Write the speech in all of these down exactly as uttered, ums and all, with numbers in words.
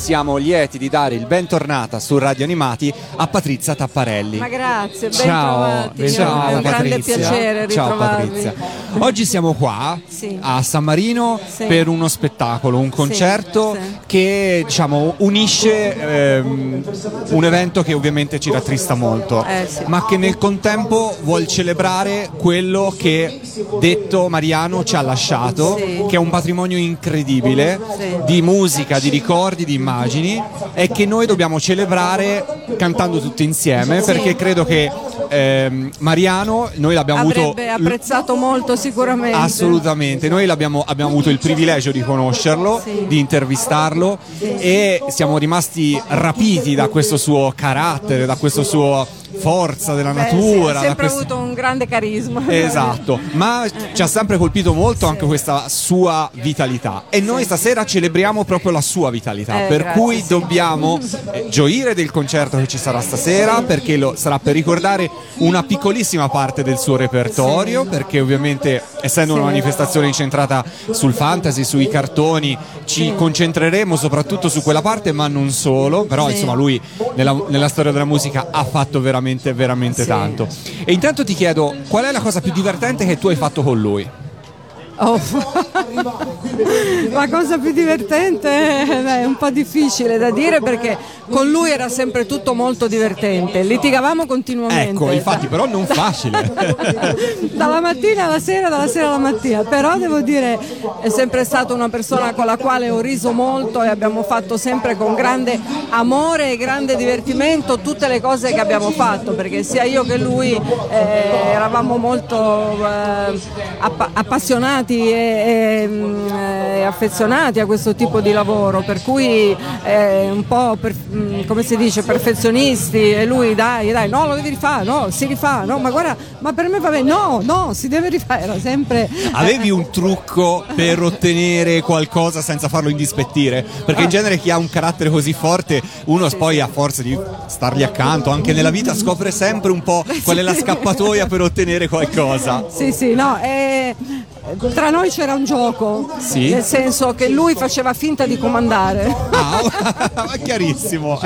siamo lieti di dare il bentornata su Radio Animati a Patrizia Tapparelli. Ma grazie, ben ciao, trovati. ciao, è un grande Patrizia. piacere ritrovarvi. Ciao Patrizia. Oggi siamo qua sì. a San Marino sì. per uno spettacolo, un concerto sì, sì. che diciamo unisce ehm, un evento che ovviamente ci rattrista molto, eh, sì. ma che nel contempo vuol celebrare quello che detto Mariano ci ha lasciato, sì. che è un patrimonio incredibile sì. di musica, di ricordi, di immagini, e che noi dobbiamo celebrare cantando tutti insieme, sì. perché credo che ehm, Mariano noi l'abbiamo avrebbe avuto apprezzato molto sicuramente. Assolutamente, noi l'abbiamo, abbiamo avuto il privilegio di conoscerlo, sì. di intervistarlo, sì. e siamo rimasti rapiti da questo suo carattere, da questo suo forza della Beh, natura. Sì, ha sempre quest... avuto un grande carisma. Esatto, ma ci ha sempre colpito molto sì. anche questa sua vitalità, e noi sì. stasera celebriamo proprio la sua vitalità, eh, per grazie, cui sì. dobbiamo eh, gioire del concerto che ci sarà stasera, perché lo sarà per ricordare una piccolissima parte del suo repertorio, sì. perché ovviamente essendo sì. una manifestazione incentrata sul fantasy, sui cartoni, ci sì. concentreremo soprattutto su quella parte, ma non solo, però sì. insomma lui nella, nella storia della musica ha fatto veramente veramente sì. tanto. E intanto ti chiedo, qual è la cosa più divertente che tu hai fatto con lui? Oh. La cosa più divertente è un po' difficile da dire, perché con lui era sempre tutto molto divertente, litigavamo continuamente. Ecco, infatti, però non facile. Dalla mattina alla sera, dalla sera alla mattina, però devo dire è sempre stata una persona con la quale ho riso molto, e abbiamo fatto sempre con grande amore e grande divertimento tutte le cose che abbiamo fatto, perché sia io che lui eh, eravamo molto eh, app- appassionati E, e, e affezionati a questo tipo di lavoro, per cui eh, un po' per, come si dice, perfezionisti, e lui dai dai no, lo devi rifare, no, si rifà, no, ma guarda, ma per me va bene, no, no, si deve rifare, era sempre. Avevi un trucco per ottenere qualcosa senza farlo indispettire? Perché in genere chi ha un carattere così forte, uno poi a forza di stargli accanto anche nella vita scopre sempre un po' qual è la scappatoia per ottenere qualcosa. Sì, sì, no, eh, tra noi c'era un gioco, sì? nel senso che lui faceva finta di comandare. Ah, chiarissimo.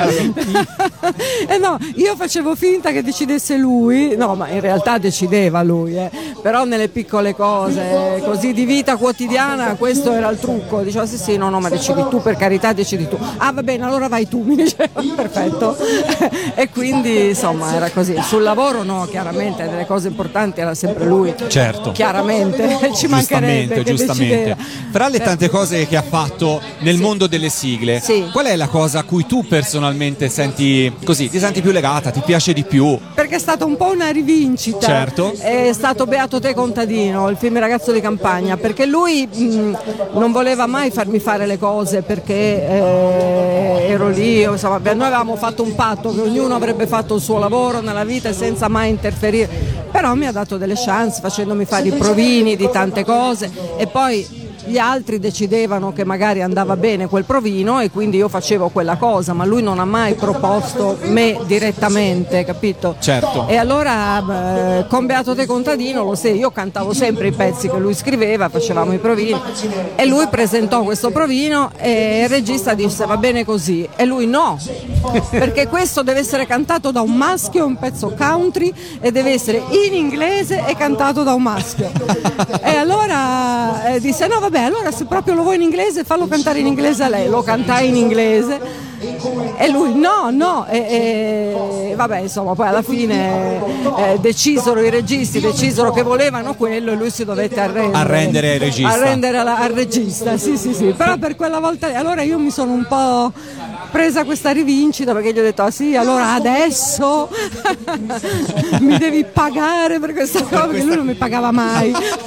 eh no, io facevo finta che decidesse lui, no, ma in realtà decideva lui, eh. Però nelle piccole cose, così di vita quotidiana, questo era il trucco. Diceva sì sì, no no, ma decidi tu, per carità, decidi tu. Ah va bene, allora vai tu, mi diceva, perfetto. E quindi insomma era così. Sul lavoro no, chiaramente delle cose importanti era sempre lui. Certo. Chiaramente, ci mancherebbe che giustamente. Fra le tante cose che ha fatto nel sì. mondo delle sigle, sì. qual è la cosa a cui tu personalmente senti così, ti senti più legata, ti piace di più? Perché è stata un po' una rivincita. Certo. È stato Beato te contadino, il film Ragazzo di campagna, perché lui mh, non voleva mai farmi fare le cose perché eh, ero lì, insomma, noi avevamo fatto un patto che ognuno avrebbe fatto il suo lavoro nella vita senza mai interferire, però mi ha dato delle chance facendomi fare i provini di tante cose, e poi gli altri decidevano che magari andava bene quel provino e quindi io facevo quella cosa, ma lui non ha mai proposto me direttamente, capito? Certo. E allora eh, con Beato te contadino, lo sai, io cantavo sempre i pezzi che lui scriveva, facevamo i provini, e lui presentò questo provino e il regista disse va bene così, e lui no, perché questo deve essere cantato da un maschio, un pezzo country, e deve essere in inglese e cantato da un maschio. E allora eh, disse no vabbè, Beh, allora se proprio lo vuoi in inglese fallo cantare in inglese a lei. Lo cantai in inglese e lui no, no, e, e vabbè, insomma, poi alla fine eh, decisero i registi, decisero che volevano quello e lui si dovette arrendere. Arrendere al regista. Arrendere alla, al regista, sì, sì, sì. Però per quella volta, allora io mi sono un po' presa questa rivincita, perché gli ho detto ah sì, allora adesso mi devi pagare per questa cosa, perché lui non mi pagava mai.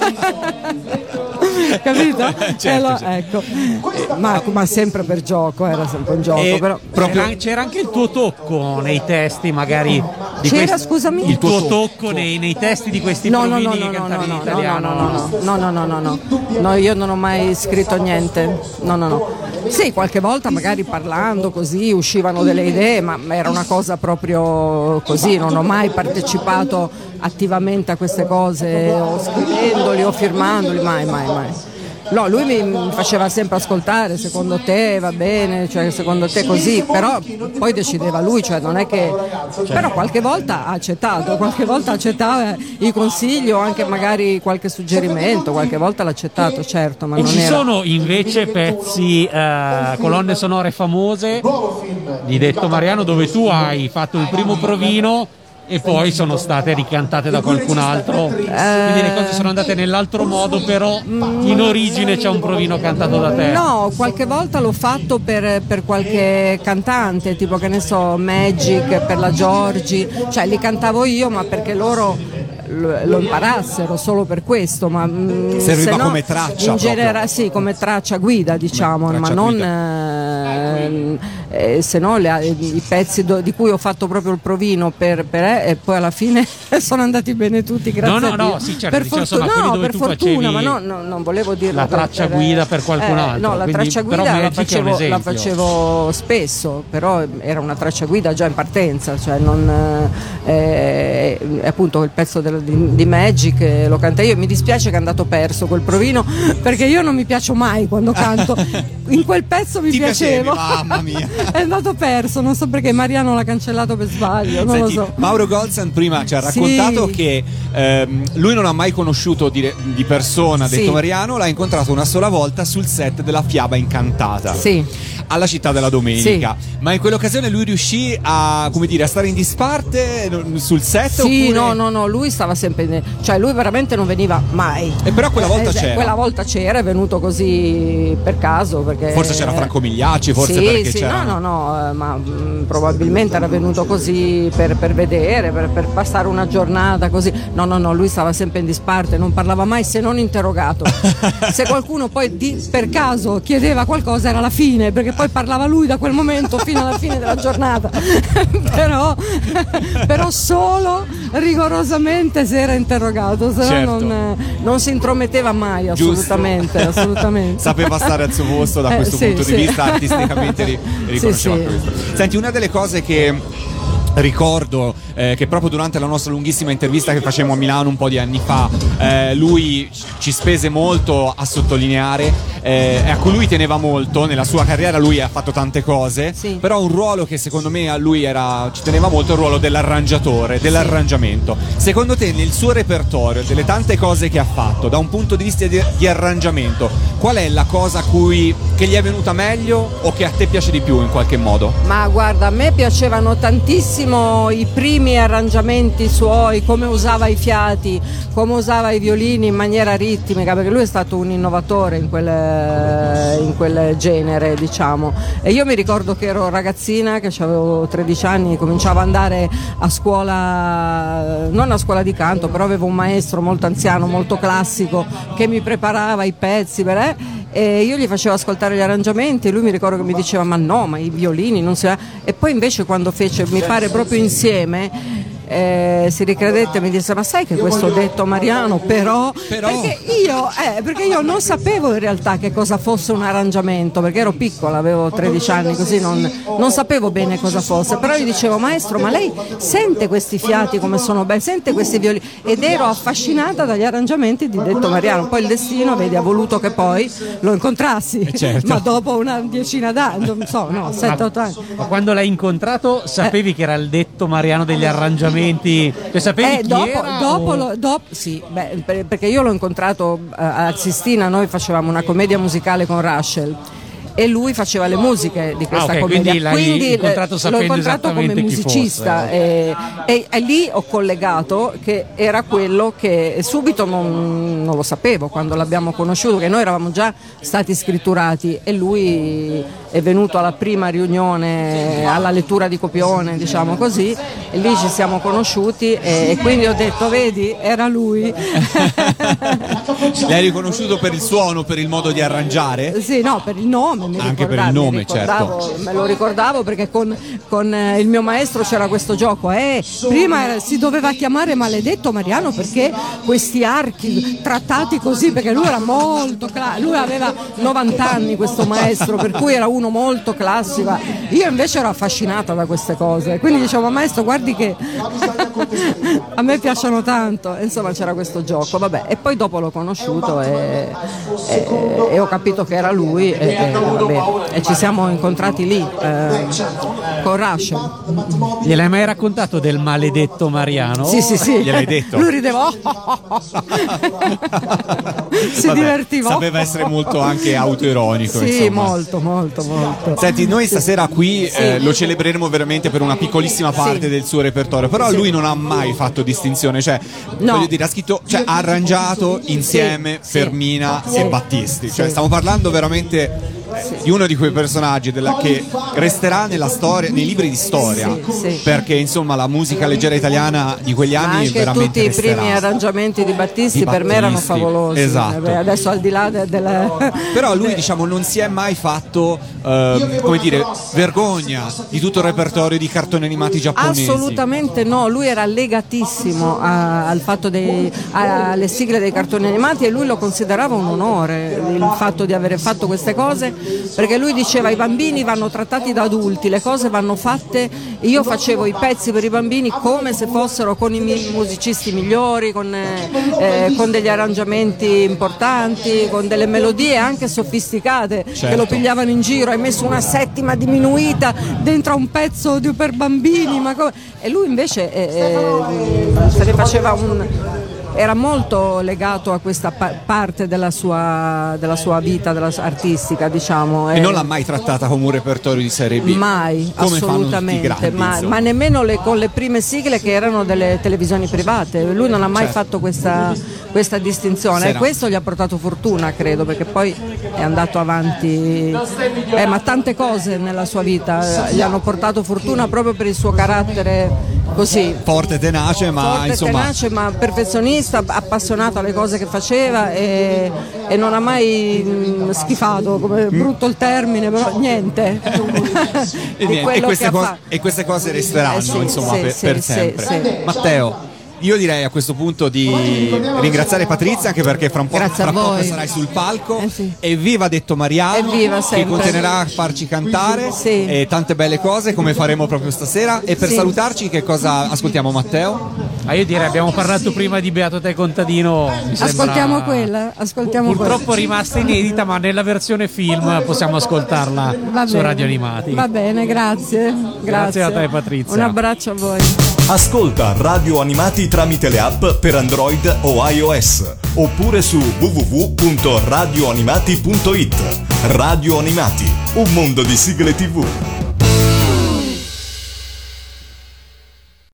Capito? Certo, allora, certo. Ecco. Ma, ma sempre per gioco, era sempre un gioco. E però... proprio... c'era, c'era anche il tuo tocco nei testi, magari. Di C'era, questi... scusami? Il tuo tocco nei, nei testi di questi no, provini no, no, che no, cantavi no, in no, italiano. no, no, no, no, no, no, no, no, no, io non ho mai scritto niente. No, no, no. Sì, qualche volta magari parlando così uscivano delle idee, ma era una cosa proprio così, non ho mai partecipato attivamente a queste cose, o scrivendoli o firmandoli, mai, mai, mai. No, lui mi, mi faceva sempre ascoltare, secondo te va bene, cioè secondo te così, però poi decideva lui, cioè non è che... Però qualche volta ha accettato, qualche volta accettava i consigli o anche magari qualche suggerimento, qualche volta l'ha accettato, certo, ma e non ci era... sono invece pezzi, eh, colonne sonore famose di Detto Mariano dove tu hai fatto il primo provino e poi sono state ricantate da qualcun altro, quindi le cose sono andate nell'altro modo, però in origine c'è un provino cantato da te. No, qualche volta l'ho fatto per, per qualche cantante, tipo che ne so, Magic, per la Giorgi, cioè li cantavo io ma perché loro lo, lo imparassero, solo per questo, ma serviva se no, come traccia in genera, sì, come traccia guida, diciamo, traccia ma non guida. eh, eh, se no le, i pezzi do, di cui ho fatto proprio il provino per, per eh, e poi alla fine sono andati bene tutti, grazie no, no, a Dio. No, sì, certo, per diciamo, fortuna, insomma, no, dove per tu fortuna, ma facevi no, no, non volevo dirlo la traccia per, guida per qualcun eh, altro. no, la quindi, traccia guida la facevo, la facevo spesso, però era una traccia guida già in partenza, cioè non eh, appunto il pezzo del, di, di Magic eh, lo cantai io. Mi dispiace che è andato perso quel provino, perché io non mi piaccio mai quando canto. In quel pezzo mi Ti piacevo, piacevi, mamma mia. è andato perso, non so perché Mariano l'ha cancellato per sbaglio, non Senti, lo so. Mauro Golzan prima ci ha raccontato Sì. che ehm, lui non ha mai conosciuto di, di persona Detto Sì. Mariano, l'ha incontrato una sola volta sul set della Fiaba Incantata. Sì. Alla Città della Domenica, sì. Ma in quell'occasione lui riuscì a, come dire, a stare in disparte sul set? Sì, oppure... no, no, no, lui stava sempre in... cioè lui veramente non veniva mai. E però quella volta eh, c'era. Quella volta c'era, è venuto così per caso, perché... Forse c'era Franco Migliacci, forse sì, perché sì, c'era... no, no, no, ma mh, probabilmente era venuto così per, per vedere, per, per passare una giornata così. No, no, no, lui stava sempre in disparte, non parlava mai se non interrogato. Se qualcuno poi di, per caso chiedeva qualcosa era la fine, perché poi parlava lui da quel momento fino alla fine della giornata. però, però solo rigorosamente se era interrogato, se no certo. non, non si intrometteva mai, assolutamente, Giusto. assolutamente. Sapeva stare al suo posto da Eh, questo sì, punto sì. di vista, artisticamente ri- riconosceva Sì, sì. questo. Senti, una delle cose che ricordo eh, che proprio durante la nostra lunghissima intervista che facemmo a Milano un po' di anni fa eh, lui ci spese molto a sottolineare eh, a cui lui teneva molto nella sua carriera. Lui ha fatto tante cose, sì. Però un ruolo che secondo me a lui era, ci teneva molto, è il ruolo dell'arrangiatore, dell'arrangiamento. Secondo te nel suo repertorio, delle tante cose che ha fatto da un punto di vista di, di arrangiamento, qual è la cosa a cui, che gli è venuta meglio o che a te piace di più in qualche modo? Ma guarda, a me piacevano tantissimo i primi arrangiamenti suoi, come usava i fiati, come usava i violini in maniera ritmica, perché lui è stato un innovatore in quel, in quel genere, diciamo. E io mi ricordo che ero ragazzina, che avevo tredici anni, cominciavo ad andare a scuola, non a scuola di canto, però avevo un maestro molto anziano, molto classico, che mi preparava i pezzi, beh, e io gli facevo ascoltare gli arrangiamenti e lui mi ricordo che mi diceva ma no, ma i violini non si... E poi invece quando fece, mi pare proprio insieme, eh, si ricredette e mi disse ma sai che questo Detto Mariano però, Però... Perché, io, eh, perché io non sapevo in realtà che cosa fosse un arrangiamento, perché ero piccola, avevo tredici anni, così non, non sapevo bene cosa fosse, però gli dicevo maestro ma lei sente questi fiati come sono belli, sente questi violini, ed ero affascinata dagli arrangiamenti di Detto Mariano. Poi il destino, vedi, ha voluto che poi lo incontrassi, certo. ma dopo una decina d'anni, non so, no, sette otto anni. Ma quando l'hai incontrato sapevi eh. che era il Detto Mariano degli arrangiamenti? Cioè, sapevi Eh, chi dopo, era, dopo, o... lo, dopo sì, beh, per- perché io l'ho incontrato eh, a Sistina, noi facevamo una commedia musicale con Russell e lui faceva le musiche di questa ah, okay, commedia, quindi l'hai incontrato l'ho sapendo incontrato come esattamente chi musicista fosse. e, e, e lì ho collegato che era quello che subito non, non lo sapevo quando l'abbiamo conosciuto, che noi eravamo già stati scritturati e lui è venuto alla prima riunione, alla lettura di copione, diciamo così, e lì ci siamo conosciuti e, e quindi ho detto vedi, era lui. L'hai riconosciuto per il suono, per il modo di arrangiare? Sì, no, per il nome. Mi Anche per il nome, certo. Me lo ricordavo perché con, con eh, il mio maestro c'era questo gioco. Eh, prima era, si doveva chiamare Maledetto Mariano perché questi archi trattati così, perché lui era molto classico, lui aveva novanta anni questo maestro, per cui era uno molto classico. Io invece ero affascinata da queste cose, quindi dicevo maestro guardi che A me piacciono tanto, insomma c'era questo gioco, vabbè, e poi dopo l'ho conosciuto e, e, e ho capito che era lui e, e, vabbè, e ci siamo incontrati lì eh, con Rush. Gliel'hai mai raccontato del maledetto Mariano? Sì, sì, sì. Gliel'hai detto? Lui rideva. Si Vabbè, divertiva. sapeva essere molto anche autoironico. Sì, insomma. molto, molto, molto. Senti, noi stasera qui Sì. eh, lo celebreremo veramente per una piccolissima parte Sì. del suo repertorio, però Sì. lui non ha mai fatto distinzione, cioè No. voglio dire, ha scritto, cioè ha arrangiato insieme Sì. Fermina Sì. e Battisti, cioè Sì. stiamo parlando veramente eh, di uno di quei personaggi della, che resterà nella storia, nei libri di storia, Sì, sì. perché insomma la musica leggera italiana di quegli Ma anni anche veramente tutti i resterà. primi arrangiamenti di Battisti, Di per me erano Battisti, favolosi. esatto. Vabbè, adesso al di là de- della. Però lui, diciamo, non si è mai fatto, ehm, come dire, vergogna di tutto il repertorio di cartoni animati giapponesi. Assolutamente no, lui era legatissimo a- al fatto dei, a- alle sigle dei cartoni animati e lui lo considerava un onore il fatto di avere fatto queste cose, perché lui diceva i bambini vanno trattati da adulti, le cose vanno fatte, io facevo i pezzi per i bambini come se fossero con i mi- musicisti migliori, con, eh, con degli arrangiamenti importanti, con delle melodie anche sofisticate, Certo. che lo pigliavano in giro, hai messo una settima diminuita dentro a un pezzo di, per bambini, ma come? E lui invece eh, eh, se ne faceva un era molto legato a questa pa- parte della sua, della sua vita della sua artistica, diciamo. E non l'ha mai trattata come un repertorio di serie B. Mai, come assolutamente, fanno tutti i grandi, ma, insomma. ma nemmeno le, con le prime sigle che erano delle televisioni private. Lui non ha mai Certo. fatto questa, questa distinzione Sì, e no. questo gli ha portato fortuna, credo, perché poi è andato avanti. Eh, ma tante cose nella sua vita eh, gli hanno portato fortuna proprio per il suo carattere così. Forte, tenace, ma Forte, insomma tenace, ma perfezionista, appassionato alle cose che faceva e, e non ha mai mh, schifato, come brutto il termine, però niente. e, Di niente, e, quello queste che ha cose, fatto. e queste cose resteranno Eh sì, insomma sì, per, sì, per sì, sempre. sì. Matteo, io direi a questo punto di ringraziare Patrizia, anche perché fra un po', Grazie fra a poco voi. sarai sul palco. Eh sì. Evviva detto Mariano, Evviva che sempre. continuerà a farci cantare Sì. e tante belle cose come faremo proprio stasera. E per Sì. salutarci che cosa ascoltiamo, Matteo? Ah, io direi, abbiamo parlato prima di Beato te contadino. mi sembra- Ascoltiamo quella, ascoltiamo Purtroppo quella. rimasta inedita, ma nella versione film possiamo ascoltarla Va su bene. Radio Animati. Va bene, grazie. Grazie a te, Patrizia. Un abbraccio a voi. Ascolta Radio Animati tramite le app per Android o iOS oppure su w w w punto radio animati punto it. Radio Animati, un mondo di sigle tivù.